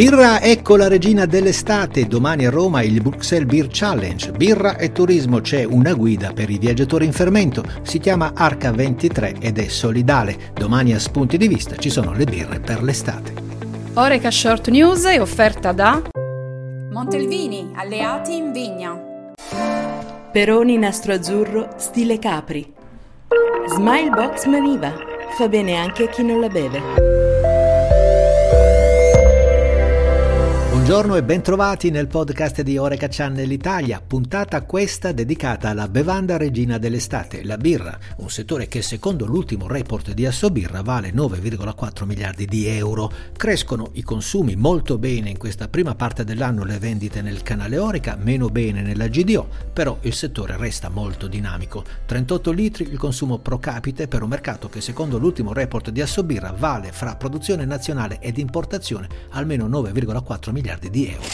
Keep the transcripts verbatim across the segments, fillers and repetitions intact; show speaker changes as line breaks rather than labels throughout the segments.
Birra, ecco la regina dell'estate, domani a Roma il Bruxelles Beer Challenge. Birra e turismo, c'è una guida per i viaggiatori in fermento, si chiama Arca ventitré ed è solidale. Domani a Spunti di Vista ci sono le birre per l'estate.
Oreca Short News è offerta da
Montelvini, alleati in vigna.
Peroni nastro azzurro stile Capri. Smilebox Maniva, fa bene anche a chi non la beve.
Buongiorno e bentrovati nel podcast di Oreca Channel Italia, puntata questa dedicata alla bevanda regina dell'estate, la birra, un settore che secondo l'ultimo report di Assobirra vale nove virgola quattro miliardi di euro. Crescono i consumi molto bene in questa prima parte dell'anno, le vendite nel canale Oreca, meno bene nella G D O, però il settore resta molto dinamico. trentotto litri il consumo pro capite per un mercato che secondo l'ultimo report di Assobirra vale fra produzione nazionale ed importazione almeno nove virgola quattro miliardi di euro.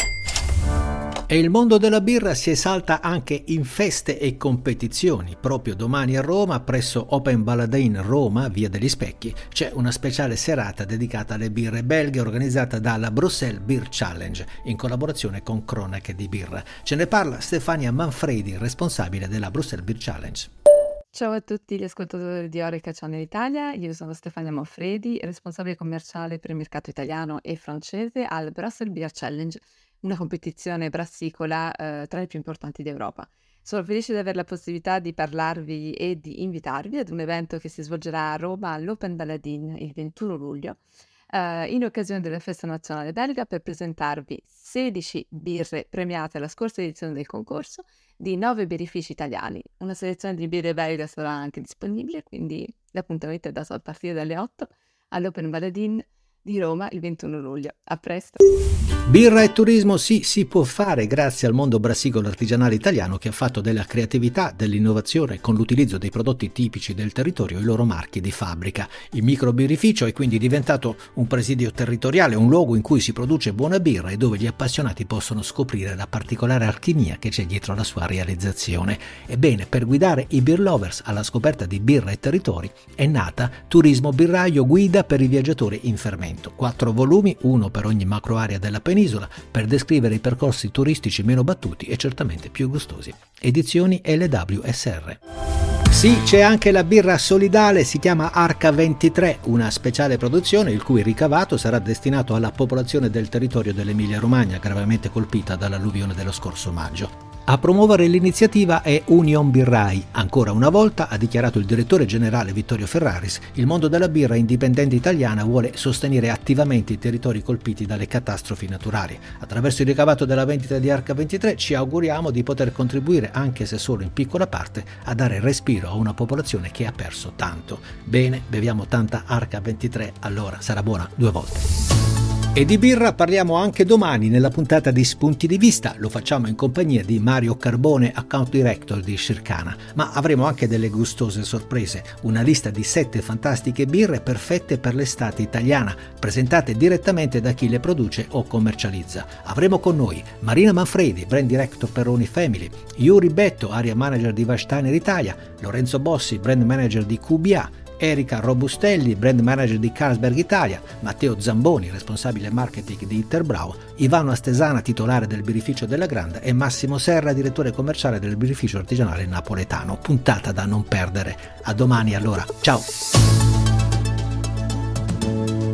E il mondo della birra si esalta anche in feste e competizioni. Proprio domani a Roma, presso Open Baladin Roma, via degli Specchi, c'è una speciale serata dedicata alle birre belghe organizzata dalla Bruxelles Beer Challenge in collaborazione con Cronache di Birra. Ce ne parla Stefania Manfredi, responsabile della Bruxelles Beer Challenge.
Ciao a tutti gli ascoltatori di Oreca Channel Italia, io sono Stefania Manfredi, responsabile commerciale per il mercato italiano e francese al Brussels Beer Challenge, una competizione brassicola eh, tra le più importanti d'Europa. Sono felice di avere la possibilità di parlarvi e di invitarvi ad un evento che si svolgerà a Roma all'Open Baladin il ventuno luglio, eh, in occasione della Festa Nazionale Belga, per presentarvi sedici birre premiate alla scorsa edizione del concorso di nove birrifici italiani. Una selezione di birre belga sarà anche disponibile, quindi l'appuntamento è dato a partire dalle otto all'Open Baladin di Roma il ventuno luglio. A presto!
Birra e turismo sì, si può fare grazie al mondo brassicolo artigianale italiano che ha fatto della creatività, dell'innovazione con l'utilizzo dei prodotti tipici del territorio i loro marchi di fabbrica. Il microbirrificio è quindi diventato un presidio territoriale, un luogo in cui si produce buona birra e dove gli appassionati possono scoprire la particolare alchimia che c'è dietro la sua realizzazione. Ebbene, per guidare i beer lovers alla scoperta di birra e territori è nata Turismo Birraio, guida per i viaggiatori in fermento. Quattro volumi, uno per ogni macro area della penisola, per descrivere i percorsi turistici meno battuti e certamente più gustosi. Edizioni L W S R. Sì, c'è anche la birra solidale, si chiama Arca ventitré, una speciale produzione il cui ricavato sarà destinato alla popolazione del territorio dell'Emilia-Romagna gravemente colpita dall'alluvione dello scorso maggio. A promuovere l'iniziativa è Union Birrai. Ancora una volta, ha dichiarato il direttore generale Vittorio Ferraris, il mondo della birra indipendente italiana vuole sostenere attivamente i territori colpiti dalle catastrofi naturali. Attraverso il ricavato della vendita di Arca ventitré ci auguriamo di poter contribuire, anche se solo in piccola parte, a dare respiro a una popolazione che ha perso tanto. Bene, beviamo tanta Arca ventitré, allora sarà buona due volte. E di birra parliamo anche domani nella puntata di Spunti di Vista, lo facciamo in compagnia di Mario Carbone, account director di Circana, ma avremo anche delle gustose sorprese, una lista di sette fantastiche birre perfette per l'estate italiana, presentate direttamente da chi le produce o commercializza. Avremo con noi Marina Manfredi, brand director Peroni Family, Yuri Betto, area manager di Vashtainer Italia, Lorenzo Bossi, brand manager di Q B A, Erika Robustelli, brand manager di Carlsberg Italia, Matteo Zamboni, responsabile marketing di Interbrau, Ivano Astesana, titolare del birrificio della Granda, e Massimo Serra, direttore commerciale del birrificio artigianale napoletano. Puntata da non perdere. A domani allora, ciao!